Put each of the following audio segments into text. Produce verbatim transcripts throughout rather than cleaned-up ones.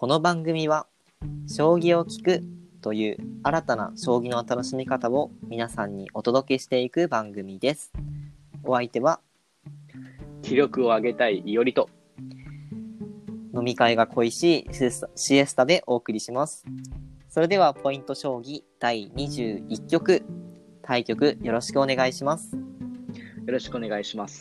この番組は将棋を聞くという新たな将棋の楽しみ方を皆さんにお届けしていく番組です。お相手は気力を上げたいいおりと飲み会が恋しいシエスタでお送りします。それではポイント将棋だいにじゅういっきょく、対局よろしくお願いします。 よろしくお願いします。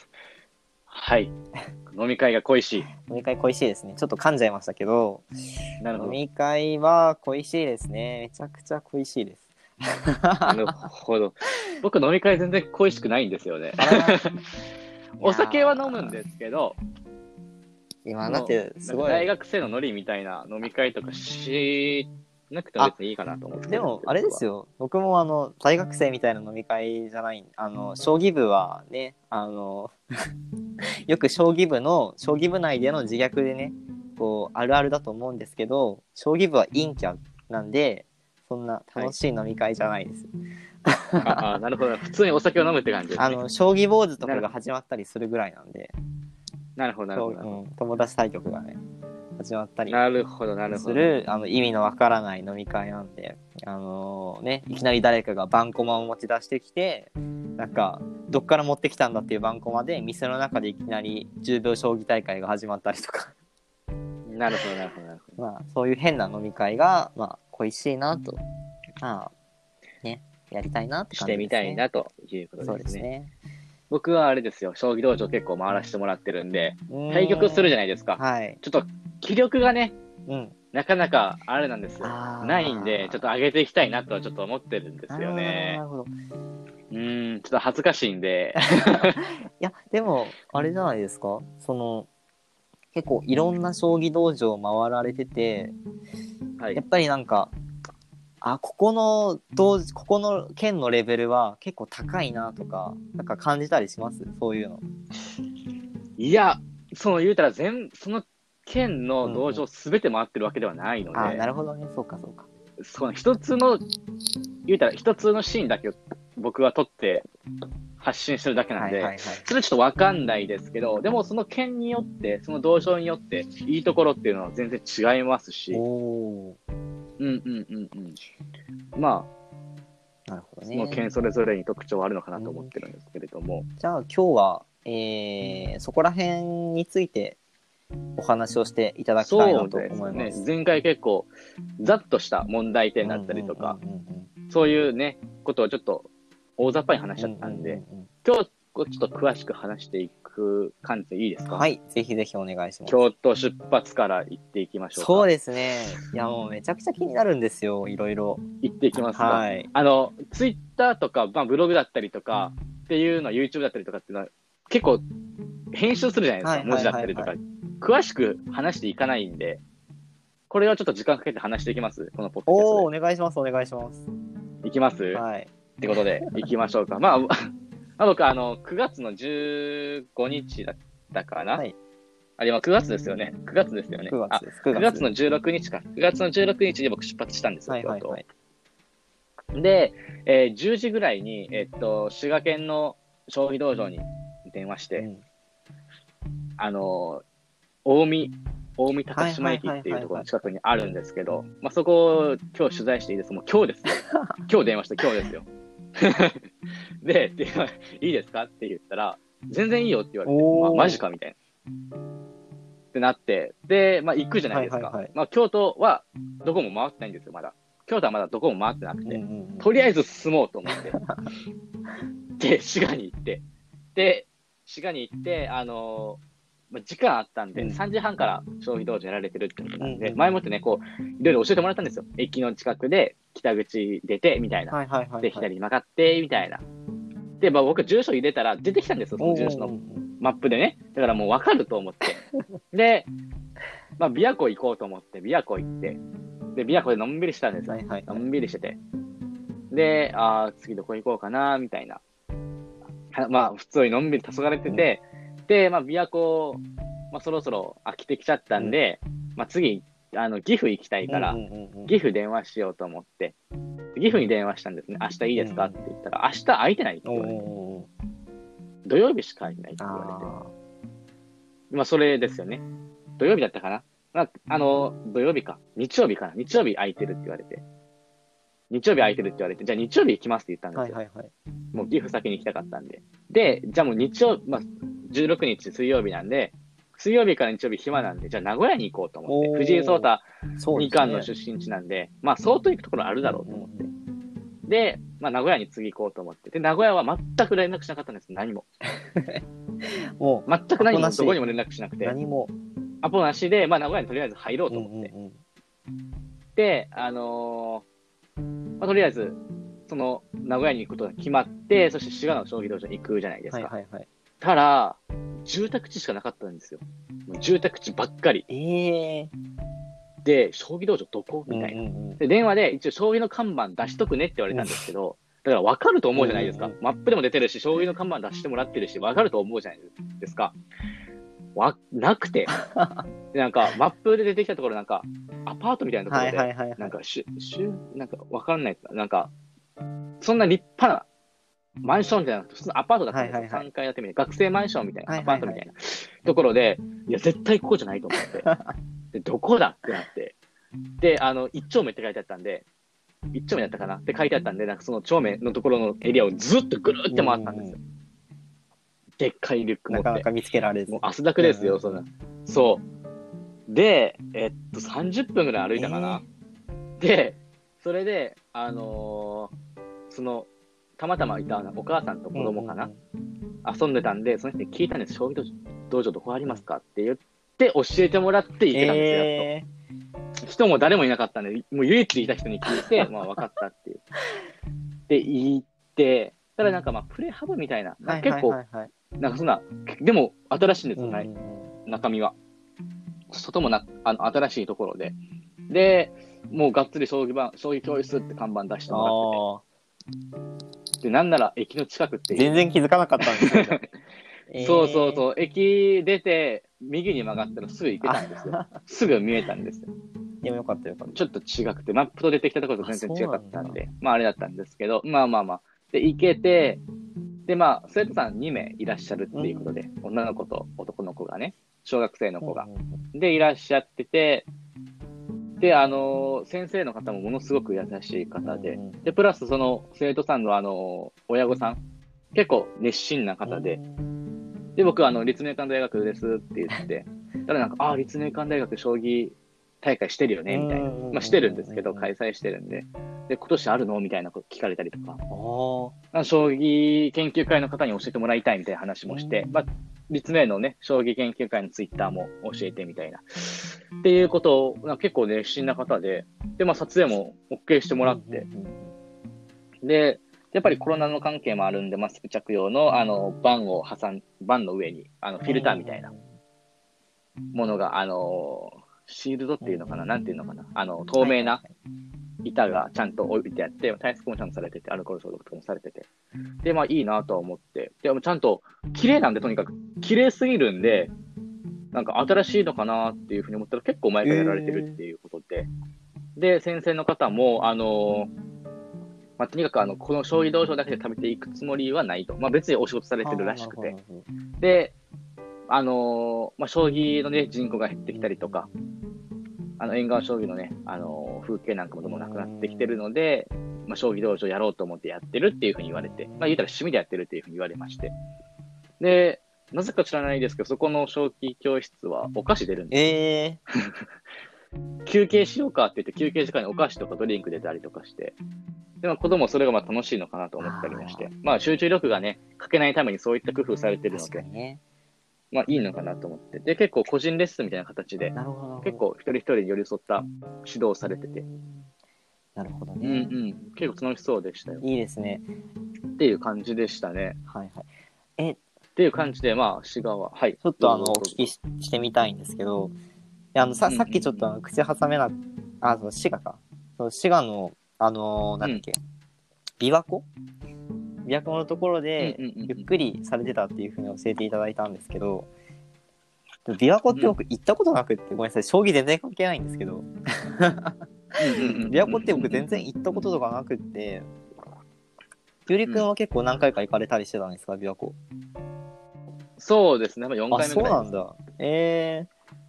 はい、飲み会が恋しい。 飲み会恋しいですね。ちょっと噛んじゃいましたけど、 なるほど。 飲み会は恋しいですね。めちゃくちゃ恋しいです。 なるほど。僕飲み会全然恋しくないんですよね。お酒は飲むんですけど、 今だってすごい大学生のノリみたいな飲み会とかしなくても別にいいかなと思って。 でもあれですよ、僕もあの大学生みたいな飲み会じゃない、あの将棋部はね、あのよく将棋部の将棋部内での自虐でね、こうあるあるだと思うんですけど、将棋部は陰キャなんでそんな楽しい飲み会じゃないです、 はい、ああ、なるほど。普通にお酒を飲むって感じですね。 あの将棋坊主とかが始まったりするぐらいなんで。 なるほどなるほど、 うん、友達対局がね始まったりなるほどなるほどする、あの意味のわからない飲み会なんで、あのー、ね、いきなり誰かがバンコマを持ち出してきて、なんかどっから持ってきたんだっていうバンコマで店の中でいきなりじゅうびょう将棋大会が始まったりとかなるほどなるほどなるほど、 まあそういう変な飲み会がまあ恋しいなと、まあね、やりたいなって感じですね。 してみたいなということですね。 そうですね。 僕はあれですよ、将棋道場結構回らせてもらってるんで、対局するじゃないですか。 はい。 ちょっと気力がね、 うん、 なかなかあれなんですよ。ないんで、ちょっと上げていきたいなとはちょっと思ってるんですよね。 なるほど。 うーん、ちょっと恥ずかしいんで。 いや、でも、あれじゃないですか。その、結構いろんな将棋道場回られてて、はい、やっぱりなんか、あ、ここの道ここの県のレベルは結構高いなとか、なんか感じたりします？そういうの。 いや、その言うたら全、その県の道場すべて回ってるわけではないので。 うんうん、あ、なるほどね。そうかそうか。 その一つの、言うたら一つのシーンだけを僕は撮って発信してるだけなんで、はいはいはい、それはちょっとわかんないですけど、でもその県によって、その道場によって、いいところっていうのは全然違いますし、おうんうんうんうん。まあ、なるほどね。その県それぞれに特徴はあるのかなと思ってるんですけれども。 じゃあ今日は、えー、そこら辺についてお話をしていただきたいなと思います。そうですね。 前回結構ざっとした問題点だったりとか、そういうね、ことをちょっと大雑把に話しちゃったんで、うんうんうんうん、今日ちょっと詳しく話していく感じでいいですか？ はい、ぜひぜひお願いします。 京都出発から行っていきましょうか。 そうですね。いやもうめちゃくちゃ気になるんですよ、いろいろ。 行っていきますか。 はい。 あの、ツイッターとか、まあ、ブログだったりとかっていうのは YouTube だったりとかっていうのは結構編集するじゃないですか、はいはいはいはい、文字だったりとか。詳しく話していかないんで、これはちょっと時間かけて話していきます。このポッドキャストで。 おー、お願いします、お願いします。 いきます？はい。ってことで、行きましょうか。まあ、まあ、僕、あの、くがつのじゅうごにちだったかな。はい。あれはくがつですよね。くがつですよね。 くがつです。 くがつのじゅうろくにちか。くがつのじゅうろくにちに僕出発したんですよ、京都。はいはいはい、で、えー、じゅうじぐらいに、えー、っと、滋賀県の将棋道場に電話して、うん、あの、近江、近江高島駅っていうところの近くにあるんですけど、まあ、そこを今日取材していいですか？もう今日ですよ。今日電話した今日ですよ。で、で、いいですかって言ったら、全然いいよって言われて、まあ、マジかみたいな。ってなって、で、まあ行くじゃないですか。はいはいはい、まあ京都はどこも回ってないんですよ、まだ。京都はまだどこも回ってなくて、うんうんうん、とりあえず進もうと思って。で、滋賀に行って、で、滋賀に行って、あのー、まあ、時間あったんで、うん、さんじはんから将棋道場やられてるってことなんで、うんうん、前もってね、こう、いろいろ教えてもらったんですよ。駅の近くで北口出て、みたいな。はいはいはいはい、で、左に曲がって、みたいな。で、まあ僕、住所入れたら出てきたんですよ、その住所のマップでね。だからもう分かると思って。で、まあ、琵琶湖行こうと思って、琵琶湖行って、で、琵琶湖でのんびりしたんですよ。はいはいはい、のんびりしてて。で、あー、次どこ行こうかな、みたいな。まあ、普通にのんびり黄昏れてて、うん、で、まあ、琵琶湖、まあ、そろそろ飽きてきちゃったんで、うん、まあ、次、あの、岐阜行きたいから、うんうんうんうん、岐阜電話しようと思って、岐阜に電話したんですね。明日いいですかって言ったら、明日空いてないって言われて。土曜日しか空いてないって言われて。まあ、それですよね。土曜日だったかな。 まあ、あの、土曜日か。日曜日かな。日曜日空いてるって言われて。日曜日空いてるって言われて、じゃあ日曜日行きますって言ったんですよ。 はいはいはい。 もう岐阜先に行きたかったんで。で、じゃあもう日曜、まあ、じゅうろくにち水曜日なんで、水曜日から日曜日暇なんで、じゃあ名古屋に行こうと思って。藤井聡太二冠の出身地なんで、まあ相当行くところあるだろうと思って。うんうん、で、まあ名古屋に次行こうと思って。で、名古屋は全く連絡しなかったんです。何も。もう全く何も、どこにも連絡しなくて。 何も。 アポなしで、まあ名古屋にとりあえず入ろうと思って。うんうんうん、で、あのー、まあ、とりあえず、その名古屋に行くことが決まって、そして滋賀の将棋道場に行くじゃないですか。はいはいはい、ただ、住宅地しかなかったんですよ。もう住宅地ばっかり。えー、で、将棋道場どこみたいな、うんうんうん。で、電話で一応将棋の看板出しとくねって言われたんですけど、だから分かると思うじゃないですか。うんうん、マップでも出てるし、将棋の看板出してもらってるし、分かると思うじゃないですか。わ、なくて。なんか、マップで出てきたところ、なんか、アパートみたいなところで、はいはいはいはい、なんか、しゅ、しゅ、なんか、わかんないですかなんか、そんな立派なマンションじゃなくて、普通のアパートだったんですよ。はいはいはい、さんかい建てみたいな。学生マンションみたいな、アパートみたいなところで、いや、絶対ここじゃないと思って。で、どこだってなって。で、あの、一丁目って書いてあったんで、一丁目だったかなって書いてあったんで、なんかその丁目のところのエリアをずっとぐるーって回ったんですよ。でっかいリュック持って。 なかなか見つけられず。 もう汗だくですよ、そんな。そう。で、えっと、さんじゅっぷんぐらい歩いたかな。えー、で、それで、あのー、その、たまたまいたお母さんと子供かな、うんうんうん、遊んでたんで、その人に聞いたんです。将棋道場どこありますかって言って教えてもらって行けたんですよ、えー、やっと。人も誰もいなかったんで、もう唯一いた人に聞いて、まあ分かったっていう。で、行って、ただなんかまあプレハブみたいな、な結構、はいはいはいはい、なんかそんな、でも新しいんですよ、うんうんうん、中身は。外もなあの新しいところで。で、もうがっつり将棋盤、将棋教室って看板出してもらってて。で、なんなら駅の近くっていう。 全然気づかなかったんですよ。 えー、そうそうそう。駅出て、右に曲がったらすぐ行けたんですよ。すぐ見えたんですよ。 でもよかったよかった。 ちょっと違くて、マップと出てきたところと全然違かったんで、まああれだったんですけど、まあまあまあ。で、行けて、で、まあ、生徒さんにめいいらっしゃるっていうことで、うん、女の子と男の子がね、小学生の子が。うん、で、いらっしゃってて、で、あのー、先生の方もものすごく優しい方で、うん、で、プラスその生徒さんのあのー、親御さん、結構熱心な方で、うん、で、僕、あの、立命館大学ですって言って、ただなんか、ああ、立命館大学将棋大会してるよね、みたいな。まあ、してるんですけど、開催してるんで。で、今年あるのみたいなこと聞かれたりとか。将棋研究会の方に教えてもらいたいみたいな話もして、まあ、立命のね、将棋研究会のツイッターも教えてみたいな。っていうことを、結構熱心な方で、で、まあ、撮影も OK してもらって、で、やっぱりコロナの関係もあるんで、マスク着用の、あの、バンを挟ん、バンの上に、あの、フィルターみたいなものが、あの、シールドっていうのかな、なんていうのかな、あの、透明な板がちゃんと置いてあって、対策もちゃんとされてて、アルコール消毒とかもされてて。で、まあいいなとは思って。でもちゃんと、綺麗なんで、とにかく、綺麗すぎるんで、なんか新しいのかなっていうふうに思ったら結構前からやられてるっていうことで。えー、で、先生の方も、あの、まあとにかくあの、この将棋道場だけで食べていくつもりはないと。まあ別にお仕事されてるらしくて。で、あのー、まあ、将棋のね、人口が減ってきたりとか、あの、縁側将棋のね、あのー、風景なんかもどんどんなくなってきてるので、まあ、将棋道場やろうと思ってやってるっていうふうに言われて、まあ、言うたら趣味でやってるっていうふうに言われまして。で、なぜか知らないですけど、そこの将棋教室はお菓子出るんです。えー、休憩しようかって言って、休憩時間にお菓子とかドリンク出たりとかして、でも子供それがまあ楽しいのかなと思ったりまして、まあ集中力がね、かけないためにそういった工夫されてるので、ね、まあいいのかなと思って。で、結構個人レッスンみたいな形で、結構一人一人に寄り添った指導をされてて。 なるほどね。 うんうん。結構楽しそうでしたよ。 いいですね。 っていう感じでしたね。 はいはい。え、 っていう感じで、まあ、滋賀は、はい。 ちょっとあの、お聞き し, してみたいんですけど、あのささっきちょっとあの口挟めな、あ、そう滋賀か。そう滋賀の、あのー、なんだっけ、うん、琵琶湖琵琶湖のところでゆっくりされてたっていうふうに教えていただいたんですけど、琵琶湖って僕行ったことなくって、ごめんなさい、将棋全然関係ないんですけど琵琶湖って僕全然行ったこととかなくって、ゆりくんは結構何回か行かれたりしてたんですか、琵琶湖。 そうですね、よんかいめぐらいです。 あ、そうなんだ。え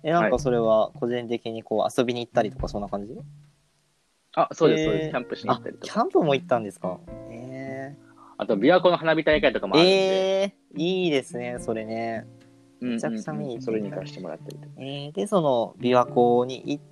え、なんかそれは個人的にこう遊びに行ったりとかそんな感じ？ あ、そうです、そうです。 えーキャンプしに行ったりとか。 あ、キャンプも行ったんですか？えあと、琵琶湖の花火大会とかー、 もあるんで。 えー、いいですね、それね。 うんうんうん、 めちゃくちゃ見に行ってそれみたい。 に行かせてもらったりとか。 えー、で、その琵琶湖に行って、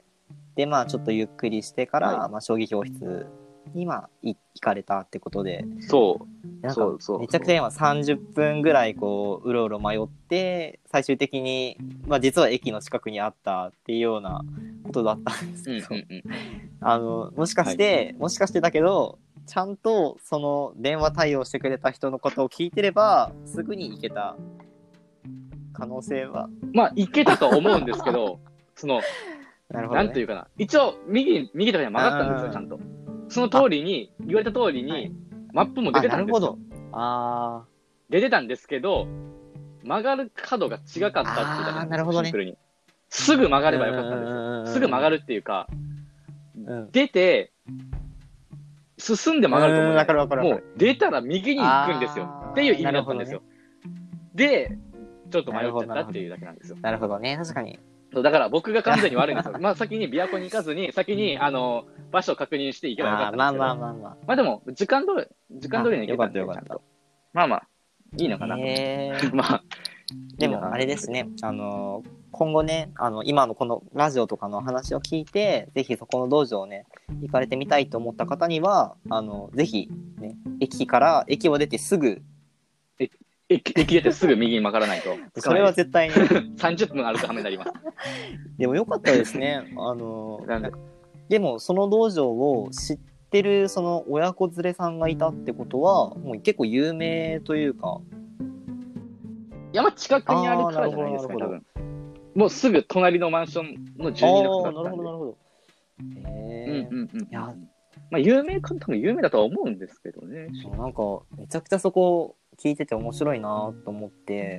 で、まあちょっとゆっくりしてから、 はい、 まあ将棋教室にまあ行かれたってことで、 そう。 なんかそうそうそう。 めちゃくちゃ今さんじゅっぷんぐらいこううろうろ迷って最終的に、まあ、実は駅の近くにあったっていうようなことだったんですけど、 うんうんうん、 あのもしかして、はい、もしかしてだけどちゃんとその電話対応してくれた人のことを聞いてればすぐに行けた可能性はまあ行けたと思うんですけどそのなるほど、ね、 なんというかな、一応右右とかには曲がったんですよ、ちゃんと。その通りに言われた通りに、はい、マップも出てたんですよ。なるほど。 あ出てたんですけど、曲がる角が違かったっていうだけなんですよ、シンプルに。すぐ曲がればよかったんですよ。すぐ曲がるっていうか、うん、出て、進んで曲がると思う。わかるわかる。もう出たら右に行くんですよ。っていう意味だったんですよ。ね、で、ちょっと迷っちゃったっていうだけなんですよ。 なるほどね、確かに。 そうだから僕が完全に悪いんですよ。まあ先に琵琶湖に行かずに、先にあの場所を確認して行けばよかったんですけど。まあまあまあまあ。まあでも、時間通り、時間通りに行けたんで、ちゃんと。まあまあ、いいのかなと。まあ。 でも、あれですね、あの、今後ね、あの、今のこのラジオとかの話を聞いて、ぜひそこの道場をね、行かれてみたいと思った方には、あの、ぜひ、ね、駅から、駅を出てすぐ、 駅出てすぐ右に曲がらないと。 それは絶対に。 さんじゅっぷん歩く羽目になります。 でもよかったですね。あの、なんででもその道場を知ってるその親子連れさんがいたってことは、もう結構有名というか。 山近くにあるからじゃないですかね、多分。もうすぐ隣のマンションの住人の方だったんで。なるほど、なるほど。へえ。うんうんうん。いや、まあ有名か、多分有名だとは思うんですけどね。 なんか、めちゃくちゃそこ聞いてて面白いなと思って、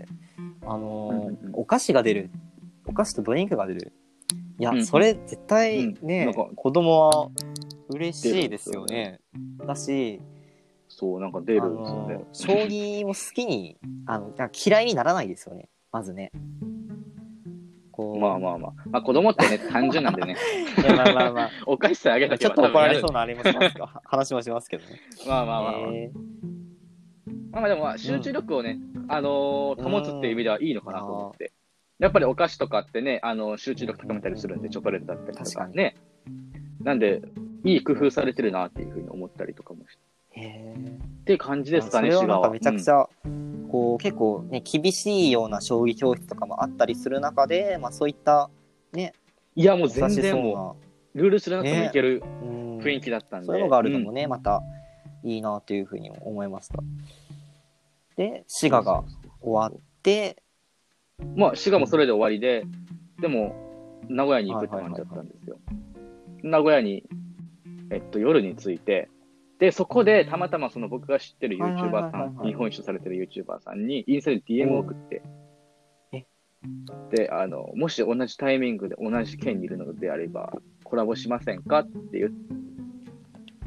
あのーうんうん、お菓子が出る。お菓子とドリンクが出る。いや、うん、それ絶対ね、うん、子供は嬉しいですよね。だし、 そう、なんか出るんですよね。 将棋も好きに、あの、嫌いにならないですよね。まずね。 こうまあまあまあ。まあ子供ってね、単純なんでね。 いやまあまあまあ。 お菓子さえあげたけど。ちょっと怒られそうなありますか話もしますけどね。 まあまあまあ、まあ。えー、まあまあでもまあ集中力をね、うん、あのー、保つっていう意味ではいいのかなと思って。やっぱりお菓子とかってね、あの、集中力高めたりするんで、チョコレートだったりとかね。なんで、いい工夫されてるなっていうふうに思ったりとかもして。へー。っていう感じですかね、 それはなんかめちゃくちゃ、うん、こう、結構ね、厳しいような将棋教室とかもあったりする中で、まあそういったね。 いや、もう全然もう、ルール知らなくてもいける雰囲気だったんで。ね、 そういうのがあるのもね、うん、またいいなというふうに思いました。で、滋賀が終わって、 まあ、滋賀もそれで終わりで、でも、名古屋に行くって感じだったんですよ。名古屋に、えっと、夜に着いて、で、そこでたまたまその僕が知ってる YouTuber さん、日本一周されてる YouTuber さんにインスタで ディーエム を送って、で、あの、もし同じタイミングで同じ県にいるのであれば、コラボしませんかって言って、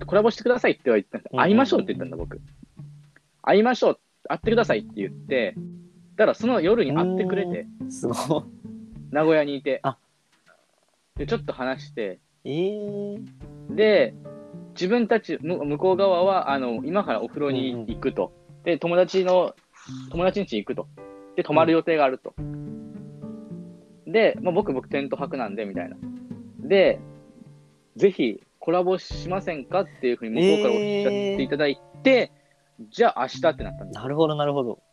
コラボしてくださいって言ったんです。会いましょうって言ったんだ、僕。会いましょう、会ってくださいって言って、だからその夜に会ってくれて、 すごい。 名古屋にいて、で、ちょっと話して、 えー、 で、自分たち、向こう側は、あの、今からお風呂に行くと。で、友達の、友達ん家に行くと。で、泊まる予定があると。で、まあ、僕、僕、テント泊なんで、みたいな。で、ぜひ、コラボしませんかっていうふうに向こうからおっしゃっていただいて、えー、じゃあ明日ってなったんです。 なるほど、なるほど。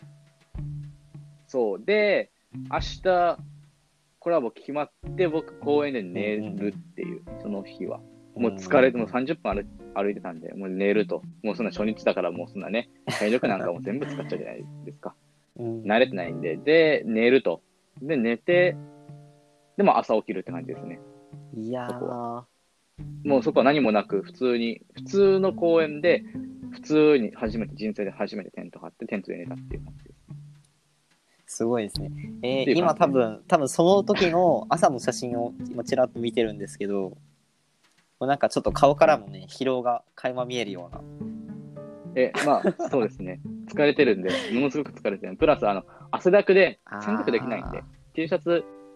そう。で、明日、コラボ決まって、僕、公園で寝るっていう、うん、その日は。もう疲れて、もうさんじゅっぷん歩歩いてたんで、もう寝ると。もうそんな初日だから、もうそんなね、体力なんかも全部使っちゃうじゃないですか。うん、慣れてないんで。で、寝ると。で、寝て、でも朝起きるって感じですね。 いやー。 もうそこは何もなく、普通に、普通の公園で、普通に初めて、人生で初めてテント張って、テントで寝たっていう感じです。 すごいですね。えー、今多分、多分その時の朝の写真を今ちらっと見てるんですけど、なんかちょっと顔からもね、疲労が垣間見えるような。 え、まあ、そうですね。疲れてるんで、ものすごく疲れてる。プラス、あの、汗だくで、洗濯できないんで、T シャツ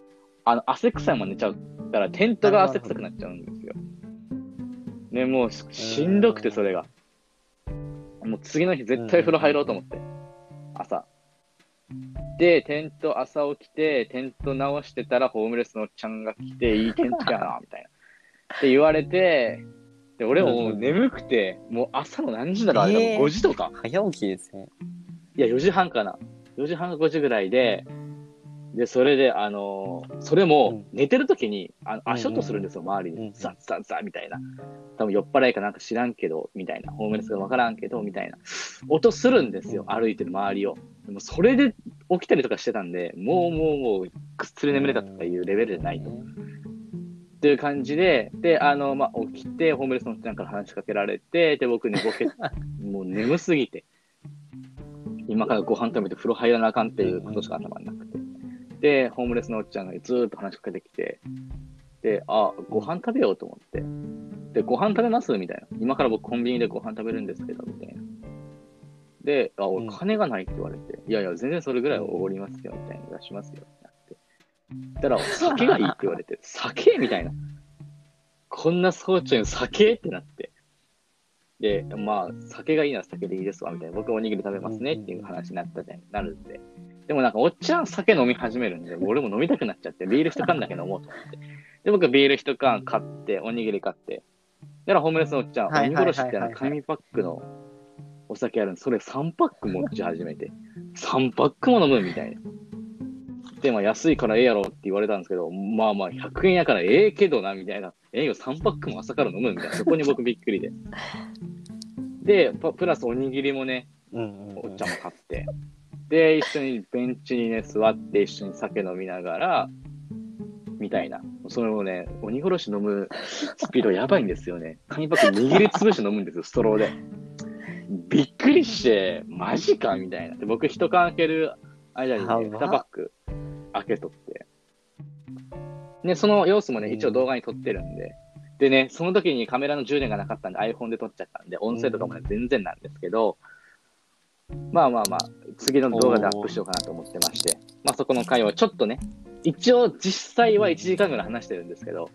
あの汗臭いまま寝ちゃったらテントが汗臭くなっちゃうんですよ。ね、もうしんどくてそれが。もう次の日絶対風呂入ろうと思って、朝。で、テント朝起きて、テント直してたらホームレスのおっちゃんが来て、いいテントやな、みたいな。って言われて、で、俺ももう眠くて、もう朝の何時だろう、あれ、えー、ごじとか。 早起きですね。 いや、よじはんかな。よじはんかごじぐらいで、で、それで、あのー、それも、寝てる時に、あの足音するんですよ、周りに。ザッザッザッみたいな。多分酔っ払いかなんか知らんけど、みたいな。ホームレスがわからんけど、みたいな。音するんですよ、歩いてる周りを。でもそれで起きたりとかしてたんで、もうもうもう、ぐっすり眠れたとかいうレベルじゃないと。っていう感じで、で、あの、まあ、起きて、ホームレスのおっちゃんから話しかけられて、で、僕ね、ボケ、もう眠すぎて、今からご飯食べて風呂入らなあかんっていうことしか頭になくて。で、ホームレスのおっちゃんがずーっと話しかけてきて、で、あ、ご飯食べようと思って。で、ご飯食べますみたいな。今から僕コンビニでご飯食べるんですけど、みたいな。で、あ、俺金がないって言われて、いやいや、全然それぐらいはおごりますよ、みたいな。出しますよ、ってなって。そしたら、酒がいいって言われて、酒みたいな。こんな早朝に酒ってなって。で、まあ、酒がいいなら酒でいいですわ、みたいな。僕おにぎり食べますねっていう話になったじゃん、なるんで。でもなんか、おっちゃん酒飲み始めるんで、俺も飲みたくなっちゃって、ビール一缶だけ飲もうと思って。で、僕ビール一缶買って、おにぎり買って。だからホームレスのおっちゃん、鬼殺しってあの紙パックのお酒あるんで、それさんパック持ち始めて、さんパックも飲むみたいな。で、まあ安いからええやろって言われたんですけど、まあまあひゃくえんやからええけどな、みたいな。ええよ、さんパックも朝から飲むみたいな。そこに僕びっくりで。で、プラスおにぎりもね、おっちゃんも買って。で、一緒にベンチにね、座って一緒に酒飲みながら、みたいな。それもね、鬼殺し飲むスピードやばいんですよね。紙パック握りつぶして飲むんですよ、ストローで。びっくりして、マジかみたいな。で、僕一缶開ける間にね、にパック開けとって。ね、その様子もね、一応動画に撮ってるんで。でね、その時にカメラの充電がなかったんで iPhone で撮っちゃったんで、音声とかもね、全然なんですけど、まあまあまあ、次の動画でアップしようかなと思ってまして、まあそこの回はちょっとね、一応実際はいちじかんぐらい話してるんですけど、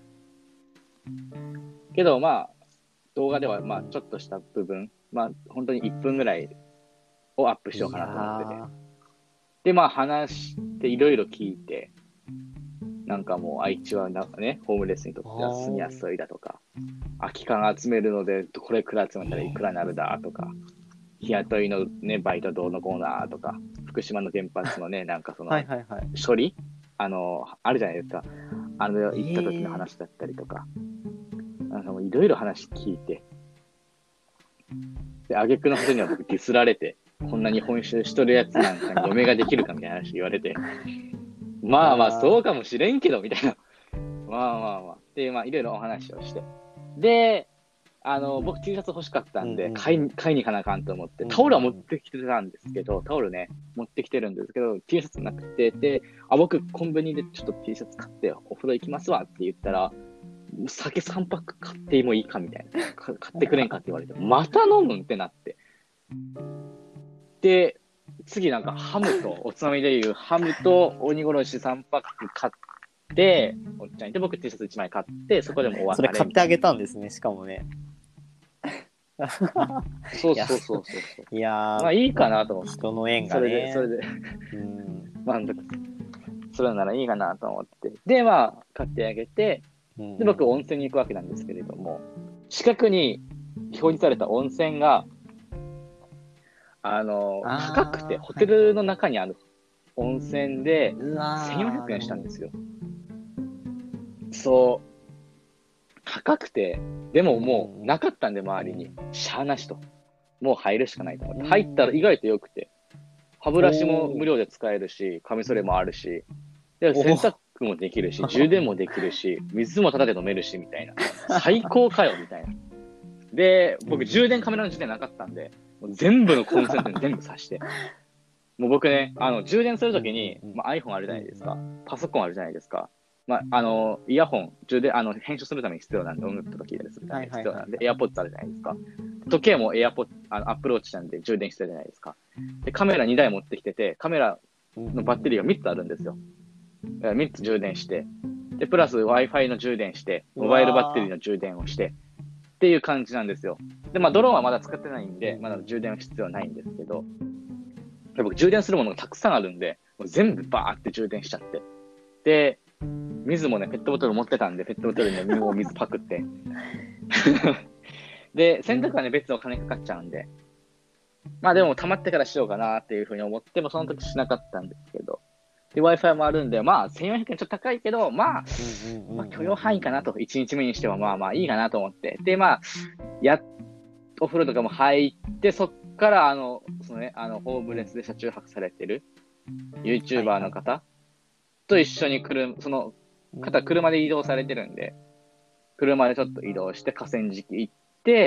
けどまあ、動画ではまあちょっとした部分、まあ本当にいっぷんぐらいをアップしようかなと思ってて。で、まあ話していろいろ聞いて、なんかもう愛知はなんかね、ホームレスにとっては住みやすいだとか、空き缶集めるのでこれくらい集めたらいくらになるだとか、日雇いのね、バイトどうのこうなとか、福島の原発のね、なんかその、 はいはいはい、 処理あの、あるじゃないですか。あの、行った時の話だったりとか、なんかもういろいろ話聞いて、で、挙句のことには僕ディスられて、こんな日本酒しとるやつなんかに嫁ができるかみたいな話言われて、まあまあそうかもしれんけど、みたいな。まあまあまあ。で、まあいろいろお話をして。で、あの、僕 T シャツ欲しかったんで、買い、買いに行かなあかんと思って、タオルは持ってきてたんですけど、タオルね、持ってきてるんですけど、T シャツなくて、で、あ、僕コンビニでちょっと T シャツ買ってお風呂行きますわって言ったら、酒さんパック買ってもいいかみたいな。買ってくれんかって言われて、また飲むんってなって。で、次なんかハムと、おつまみでいうハムと鬼殺しさんパック買って、おっちゃんにで僕 T シャツいちまい買って、そこでもお別れ。 それ買ってあげたんですね、しかもね。 そうそうそうそう。 いやー、 まあいいかなと思って。 人の縁がね。 それで、それで。うん。満足。それならいいかなと思って。で、まあ、買ってあげて、で、僕温泉に行くわけなんですけれども、近くに表示された温泉が、あの、高くて、ホテルの中にある温泉で、せんよんひゃくえんしたんですよ。そう。高くて、でももうなかったんで周りに、しゃーなしと。もう入るしかないと思って。入ったら意外と良くて、歯ブラシも無料で使えるし、カミソリもあるし、で洗濯もできるし、充電もできるし、水もタダで飲めるし、みたいな。最高かよ、みたいな。で、僕充電、カメラの充電なかったんで、もう全部のコンセントに全部挿して。もう僕ね、あの、充電するときに、まあ、iPhone あるじゃないですか。パソコンあるじゃないですか。まあ、あの、イヤホン、充電、あの、編集するために必要なんで、音楽とか聞いたりするために必要なんで、AirPods あるじゃないですか。時計も AirPods、あの、Apple Watch なんで充電してるじゃないですか。で、カメラにだい持ってきてて、カメラのバッテリーがみっつあるんですよ。 みっつ充電して、で、プラス Wi-Fi の充電して、モバイルバッテリーの充電をして、っていう感じなんですよ。で、まあ、ドローンはまだ使ってないんで、まだ充電は必要ないんですけど、で僕、充電するものがたくさんあるんで、もう全部バーって充電しちゃって。で、水もね、ペットボトル持ってたんで、ペットボトルにもう水パクって。で、洗濯はね、別の金かかっちゃうんで、まあでも溜まってからしようかなっていうふうに思っても、その時しなかったんですけど、で、Wi-Fi もあるんで、まあせんよんひゃくえんちょっと高いけど、まあ、まあ許容範囲かなと、いちにちめにしてはまあまあいいかなと思って、で、まあ、やっお風呂とかも入って、そっからあの、そのね、あの、ホームレスで車中泊されてる YouTuber の方と一緒に来る、その方、車で移動されてるんで、車でちょっと移動して河川敷行って、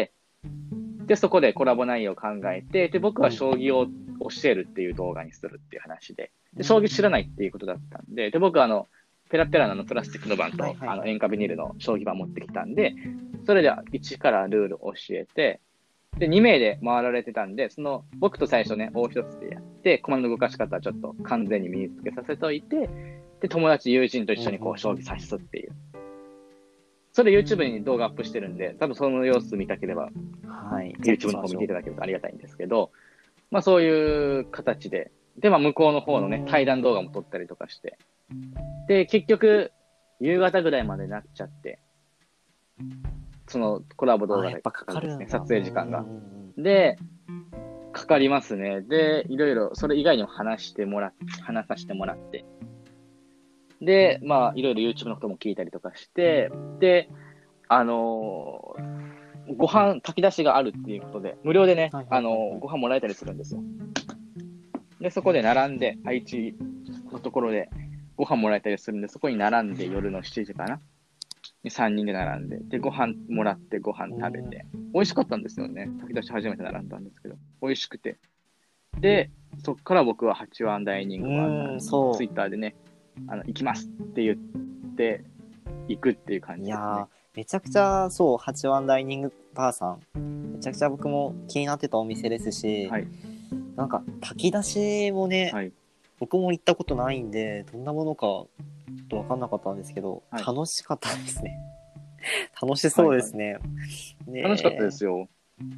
で、そこでコラボ内容を考えて、で、僕は将棋を教えるっていう動画にするっていう話で、で、将棋知らないっていうことだったんで、で、僕はあの、ペラペラのプラスチックの板と、はいはい、あの、塩化ビニールの将棋盤持ってきたんで、それでいちからルールを教えて、で、に名で回られてたんで、その、僕と最初ね、大一つでやって、駒の動かし方はちょっと完全に身につけさせといて、で、友達、友人と一緒にこう、将棋指すっていう。それ YouTube に動画アップしてるんで、多分その様子見たければ、はい、YouTube の方見ていただけるとありがたいんですけど、まあそういう形で、で、まあ向こうの方のね、対談動画も撮ったりとかして、で、結局、夕方ぐらいまでなっちゃって、そのコラボ動画でかかるんですね、撮影時間が。で、かかりますね。で、いろいろ、それ以外にも話してもらって、話させてもらって、で、まあ、いろいろ YouTube のことも聞いたりとかして、で、あのー、ご飯、炊き出しがあるっていうことで、無料でね、あのー、ご飯もらえたりするんですよ。で、そこで並んで、愛知のところでご飯もらえたりするんで、そこに並んで夜のしちじかな。さんにんで並んで、で、ご飯もらってご飯食べて、美味しかったんですよね。炊き出し初めて並んだんですけど、美味しくて。で、そっから僕ははちワンダイニングは、ツイッターでね、あの、行きますって言って、行くっていう感じですね。いやー、 めちゃくちゃ、そう、はちワンダイニングバーさん、めちゃくちゃ僕も気になってたお店ですし、はい、なんか、炊き出しもね、はい、僕も行ったことないんで、どんなものか、ちょっと分かんなかったんですけど、はい、楽しかったですね。楽しそうですね。はいはい、ね楽しかったですよ。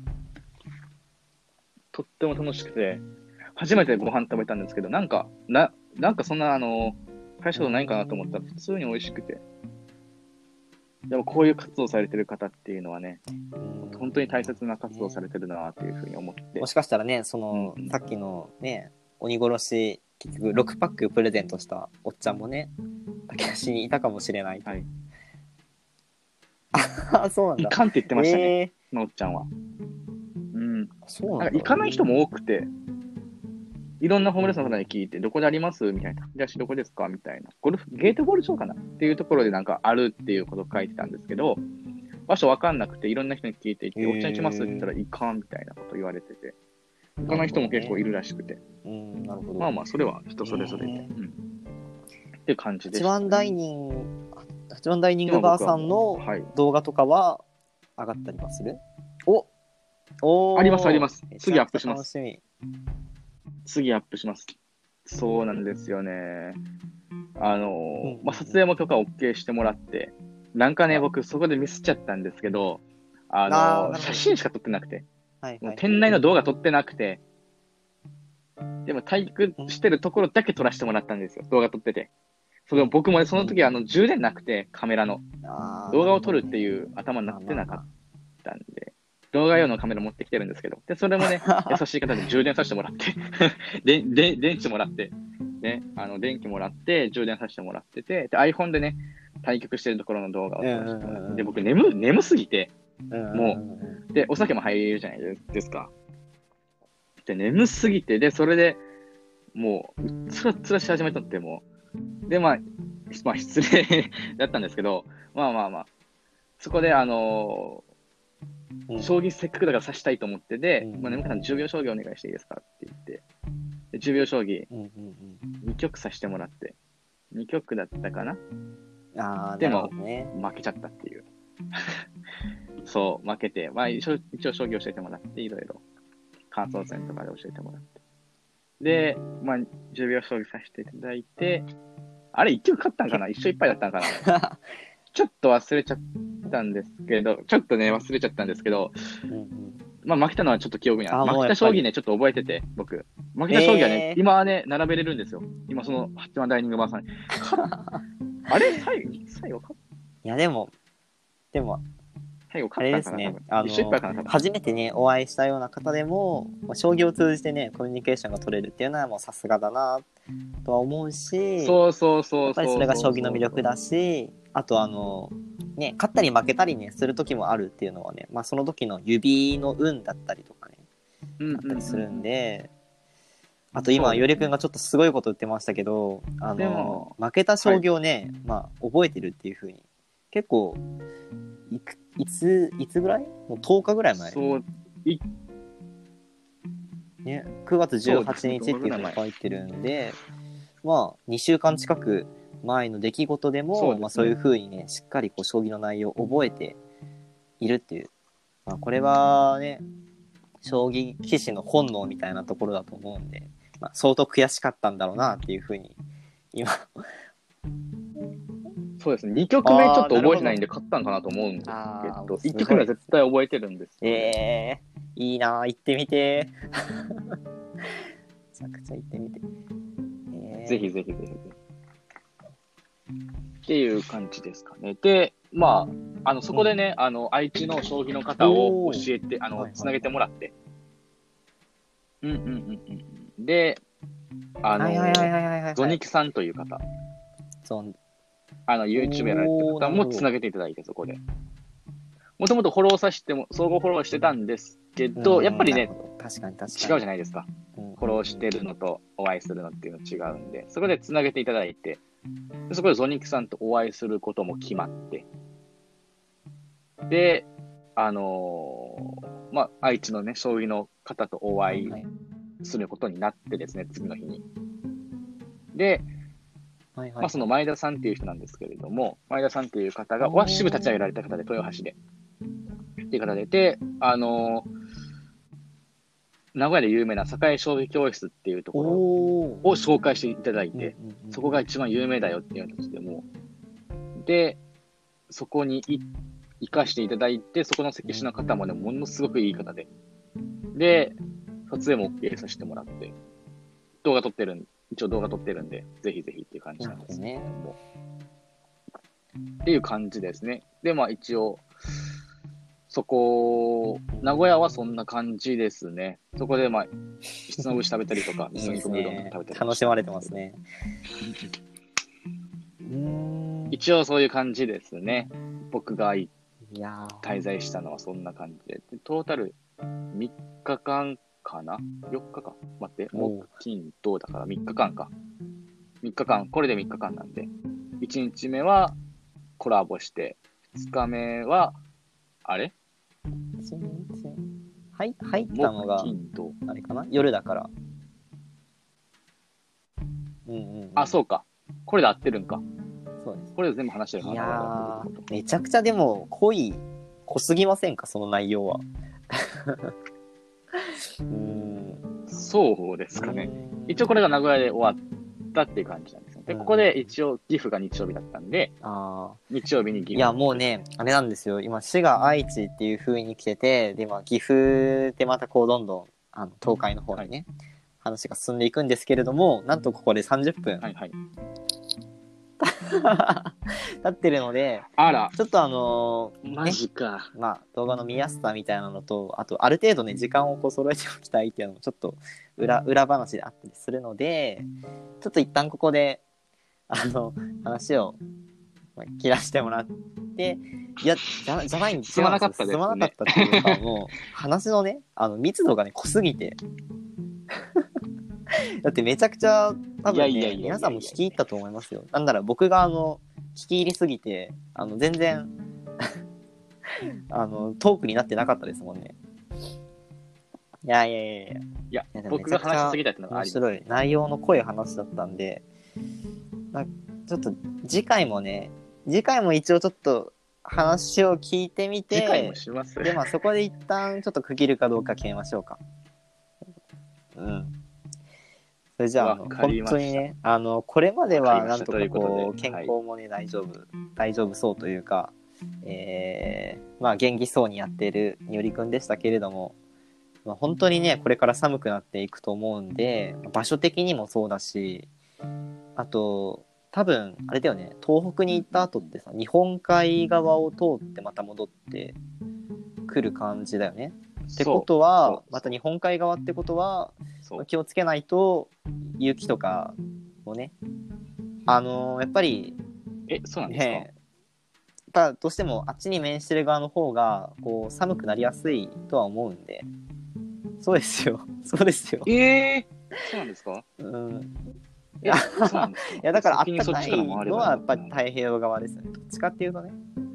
とっても楽しくて、初めてご飯食べたんですけど、なんか、な、なんかそんな、あの、大したことないかなと思ったら、普通に美味しくて。でもこういう活動されてる方っていうのはね、本当に大切な活動されてるなっていうふうに思って。 もしかしたらね、その、うん、さっきのね、鬼殺し、結局ろくパックプレゼントしたおっちゃんもね、炊き出しにいたかもしれない。はい。あ、そうなんだ。 いかんって言ってましたね、えー、のおっちゃんは。うん。そうなんだ。なんか行かない人も多くて、いろんなホームレスの方に聞いて、どこでありますみたいな。じゃあ、どこですかみたいな。ゴルフ、ゲートボール場かなっていうところでなんかあるっていうことを書いてたんですけど、場所わかんなくて、いろんな人に聞いていて、おっちゃん行きますって言ったら、いかんみたいなこと言われてて、行かない人も結構いるらしくて。うん、なるほど。まあまあ、それは人それぞれで。うん。っていう感じでした、ね。 はちワンダイニング、はちワンダイニングバーさんの動画とかは上がったりはする？ おおありますあります。次アップします。楽しみ。次アップします。そうなんですよね。あの、うん、まあ、撮影も許可 OK してもらって、なんかね、僕そこでミスっちゃったんですけど、あの、あ写真しか撮ってなくて、はいはい、もう店内の動画撮ってなくて、でも体育してるところだけ撮らせてもらったんですよ。動画撮ってて。それ僕もね、その時あの充電なくて、カメラの。動画を撮るっていう頭になってなかったんで。動画用のカメラ持ってきてるんですけど、で、それもね、優しい方で充電させてもらって、で、で、電池もらって、ね、あの、電気もらって、充電させてもらってて、で、iPhone でね、対局してるところの動画を撮らせてもらって、で、僕、眠、眠すぎて、もう、で、お酒も入るじゃないですか。で、眠すぎて、で、それで、もう、つらつらし始めたって、もう、で、まあ、まあ、失礼だったんですけど、まあまあまあ、そこで、あのー、将棋せっかくだから指したいと思ってで、うん、まあ、眠くさんじゅうびょう将棋お願いしていいですかって言って、でじゅうびょう将棋、うんうんうん、に局指してもらって、に局だったかなあでも、ね、負けちゃったっていう。そう、負けて、まあ一応、一応将棋教えてもらって、いろいろ感想戦とかで教えてもらって。で、まあ、じゅうびょう将棋指していただいて、 あれ、一局勝ったんかな一勝一敗だったんかなちょっと忘れちゃったんですけど、ちょっとね、忘れちゃったんですけど、うんうん、まあ、負けたのはちょっと記憶にある。負けた将棋ね、ちょっと覚えてて、僕。負けた将棋はね、えー、今はね、並べれるんですよ。今、その、はちばんダイニングバーさんに。あれ最後、最後勝った？ いや、でも、でも、 最後勝ったんかな、ね、 あの初めてねお会いしたような方でも将棋を通じてねコミュニケーションが取れるっていうのはもうさすがだなとは思うし、 そうそうそうやっぱりそれが将棋の魅力だし、あとあのね勝ったり負けたりねする時もあるっていうのはね、まあその時の指の運だったりとかね、うんうん、あったりするんで、あと今よりくんがちょっとすごいこと言ってましたけど、あの負けた将棋をね、はい、まあ覚えてるっていう風に結構いくいついつぐらい？もうとおかぐらい前。 そういね、くがつじゅうはちにちっていうふうに書いてるんで、まあにしゅうかん近く前の出来事でもそうですね、まあ、そういうふうにねしっかりこう将棋の内容を覚えているっていう、まあ、これはね将棋棋士の本能みたいなところだと思うんで、まあ、相当悔しかったんだろうなっていうふうに今そうですね、にきょくめちょっと覚えてないんで勝ったんかなと思うんですけど、いっきょくめは絶対覚えてるんです。 えー、いいな行ってみてめちゃくちゃ行ってみて、 えー、ぜひぜひぜひぜひっていう感じですかね。で、まあ、あのそこでね、うん、あの愛知の将棋の方を教えて、あのつなげてもらって、うんうんうんうん。で、あのゾニキさんという方、 そうあの YouTube やられてる方もつなげていただいて、そこで。もともとフォローさせても、相互フォローしてたんですけど、やっぱりね、 確かに確かに違うじゃないですか。フォローしてるのとお会いするのっていうの違うんで、そこでつなげていただいて、そこでゾニックさんとお会いすることも決まって、で、あのー、まあ、愛知のね、将棋の方とお会いすることになってですね、次の日に。で、はいはいはい、まあ、その前田さんっていう人なんですけれども、前田さんっていう方が、ワッシブ立ち上げられた方で、豊橋で。っていう方で、で、あのー、名古屋で有名な栄将棋教室っていうところを紹介していただいて、そこが一番有名だよっていう形でも、で、そこに行かしていただいて、そこの席師の方もね、ものすごくいい方で、で、撮影も OK させてもらって、動画撮ってるん一応動画撮ってるんで、ぜひぜひっていう感じなんですけども。っていう感じですね。で、まあ一応、そこ、名古屋はそんな感じですね。そこで、まあ、ひつまぶし食べたりとか、味噌煮込みうどんとか食べたりとか。 楽しまれてますね。 一応そういう感じですね。僕が滞在したのはそんな感じで。でトータルみっかかんかな ?よっかか。待って、木、金、土だからみっかかんか。みっかかん、これでみっかかんなんで。いちにちめはコラボして、ふつかめは、あれはい入ったのが、あれかな夜だから。 うんうん、うん。あ、そうか。これで合ってるんか。 そうです。 これで全部話してるかな。 いやー、めちゃくちゃでも濃い、濃すぎませんかその内容は。 うーんそうですかね。一応これが名古屋で終わったっていう感じなんですよ。で、ここで一応岐阜が日曜日だったんで、あ日曜日に岐阜。 いや、もうね、あれなんですよ。今、滋賀、愛知っていう風に来てて、で、まあ、岐阜でまたこう、どんどん、あの、東海の方にね、はい、話が進んでいくんですけれども、なんとここでさんじゅっぷん。はいはい。経ってるので、 あら、 ちょっとあのー、マジか、 ね、まあ動画の見やすさみたいなのと、あとある程度ね時間をこう揃えておきたいっていうのもちょっと裏裏話であったりするので、ちょっと一旦ここであの話を切らしてもらって、いやじゃじゃないんですよ。進まなかったですね。 進まなかったっていうかもう話のねあの密度がね濃すぎて。だってめちゃくちゃ多分ね皆さんも聞き入ったと思いますよ。なんなら僕があの聞き入りすぎてあの全然あのトークになってなかったですもんね。いやいやいやいや。いや、いや僕が話しすぎたってのがあります。 面白い内容の濃い話だったんで、なんかちょっと次回もね次回も一応ちょっと話を聞いてみて、 次回もします。 でまあそこで一旦ちょっと区切るかどうか決めましょうか。うん。 それじゃあ、あのわか本りました当にね、あの、これまではなんとかわかりましたということこう、 で健康もね、大丈夫、大丈夫そうというか、えー、まあ、元気そうにやってるによりくんでしたけれども、まあ、本当にね、これから寒くなっていくと思うんで、場所的にもそうだし、あと、多分、あれだよね、東北に行った後ってさ、日本海側を通ってまた戻ってくる感じだよね。ってことは、また日本海側ってことは、気をつけないと、雪とかもね、あのー、やっぱり、 え、そうなんですか？ ね、やっぱどうしてもあっちに面してる側の方が、こう、寒くなりやすいとは思うんで、そうですよ。そうですよ。 えー、そうなんですか？ うん。いえ、そうなんですか？ や、だからあっ先にたかそっちから回いればいいのはやっぱりの太平洋側ですよね。どっちかっていうとね。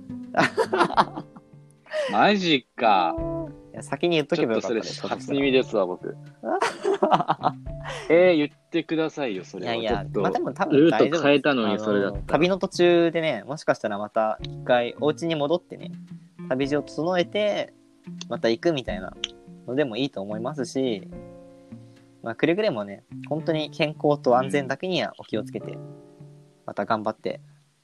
マジか。 いや先に言っとけばよかったです。 ちょっとそれ初耳ですわ、僕。えー、言ってくださいよ、それは。 いやいや、 ちょっとまあでも多分ルー大丈夫ト変えたのにあそれだったら。 旅の途中でね、もしかしたらまた一回お家に戻ってね、旅路を整えて、また行くみたいなのでもいいと思いますし、まあくれぐれもね、本当に健康と安全だけにはお気をつけて、また頑張って。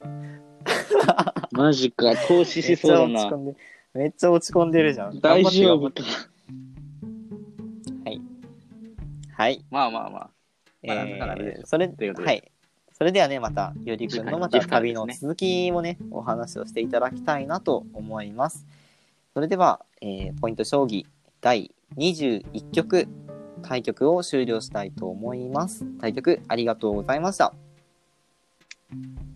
マジか、投資しそうだな。 めっちゃ落ち込んでるじゃん。 大丈夫か。 はい。はい。 まあまあまあ。 えまあなんとかなるでしょー、それ、 ということではい。それではね、また、よりくんのまた次回旅の続きもね、お話をしていただきたいなと思います。それでは、えー、ポイント将棋だいにじゅういっきょく、対局を終了したいと思います。対局ありがとうございました。